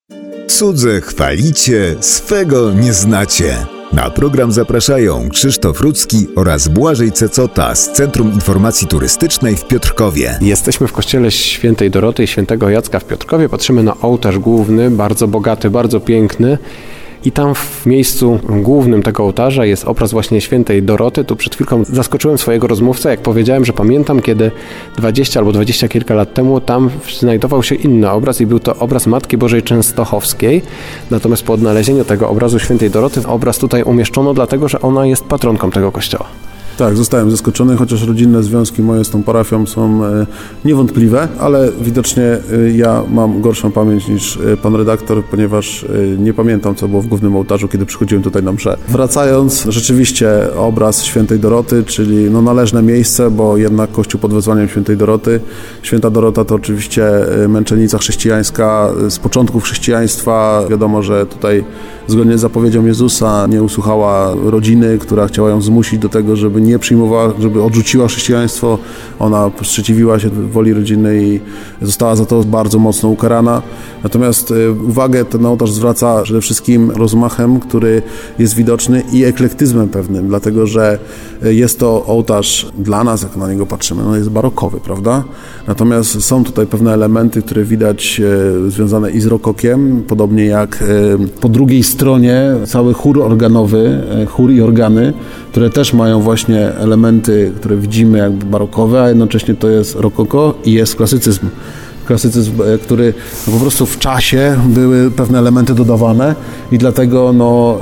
Cudze chwalicie, swego nie znacie. Na program zapraszają Krzysztof Rudzki oraz Błażej Cecota z Centrum Informacji Turystycznej w Piotrkowie. Jesteśmy w kościele świętej Doroty i świętego Jacka w Piotrkowie. Patrzymy na ołtarz główny, bardzo bogaty, bardzo piękny. I tam w miejscu głównym tego ołtarza jest obraz właśnie świętej Doroty. Tu przed chwilką zaskoczyłem swojego rozmówcę, jak powiedziałem, że pamiętam, kiedy 20 albo 20 kilka lat temu tam znajdował się inny obraz i był to obraz Matki Bożej Częstochowskiej. Natomiast po odnalezieniu tego obrazu świętej Doroty, obraz tutaj umieszczono, dlatego że ona jest patronką tego kościoła. Tak, zostałem zaskoczony, chociaż rodzinne związki moje z tą parafią są niewątpliwe, ale widocznie ja mam gorszą pamięć niż pan redaktor, ponieważ nie pamiętam, co było w głównym ołtarzu, kiedy przychodziłem tutaj na mszę. Wracając, rzeczywiście obraz świętej Doroty, czyli należne miejsce, bo jednak kościół pod wezwaniem świętej Doroty. Święta Dorota to oczywiście męczennica chrześcijańska z początków chrześcijaństwa. Wiadomo, że tutaj zgodnie z zapowiedzią Jezusa nie usłuchała rodziny, która chciała ją zmusić do tego, żeby nie przyjmowała, żeby odrzuciła chrześcijaństwo. Ona sprzeciwiła się woli rodziny i została za to bardzo mocno ukarana. Natomiast uwagę ten ołtarz zwraca przede wszystkim rozmachem, który jest widoczny, i eklektyzmem pewnym, dlatego że jest to ołtarz dla nas, jak na niego patrzymy, jest barokowy, prawda? Natomiast są tutaj pewne elementy, które widać związane i z rokokiem, podobnie jak po drugiej stronie cały chór organowy, chór i organy, które też mają właśnie elementy, które widzimy jakby barokowe, a jednocześnie to jest rokoko i jest klasycyzm. Klasycyzm, który po prostu w czasie były pewne elementy dodawane i dlatego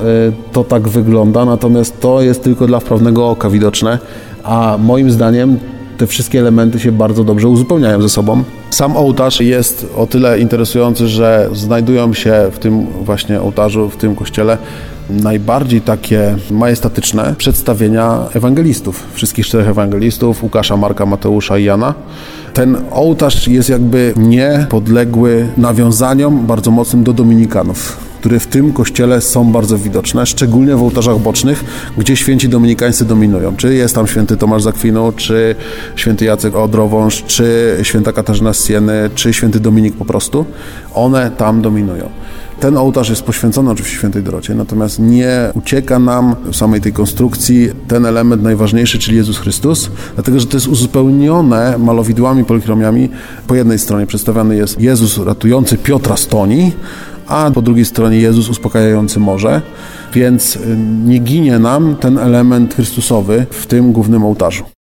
to tak wygląda, natomiast to jest tylko dla wprawnego oka widoczne, a moim zdaniem te wszystkie elementy się bardzo dobrze uzupełniają ze sobą. Sam ołtarz jest o tyle interesujący, że znajdują się w tym właśnie ołtarzu, w tym kościele najbardziej takie majestatyczne przedstawienia ewangelistów, wszystkich 4 ewangelistów, Łukasza, Marka, Mateusza i Jana. Ten ołtarz jest jakby niepodległy nawiązaniom bardzo mocnym do dominikanów, które w tym kościele są bardzo widoczne, szczególnie w ołtarzach bocznych, gdzie święci dominikańscy dominują. Czy jest tam święty Tomasz z Akwinu, czy święty Jacek Odrowąż, czy święta Katarzyna z Sieny, czy święty Dominik po prostu. One tam dominują. Ten ołtarz jest poświęcony oczywiście świętej Dorocie, natomiast nie ucieka nam w samej tej konstrukcji ten element najważniejszy, czyli Jezus Chrystus, dlatego że to jest uzupełnione malowidłami, polikromiami. Po jednej stronie przedstawiany jest Jezus ratujący Piotra z toni, a po drugiej stronie Jezus uspokajający morze, więc nie ginie nam ten element chrystusowy w tym głównym ołtarzu.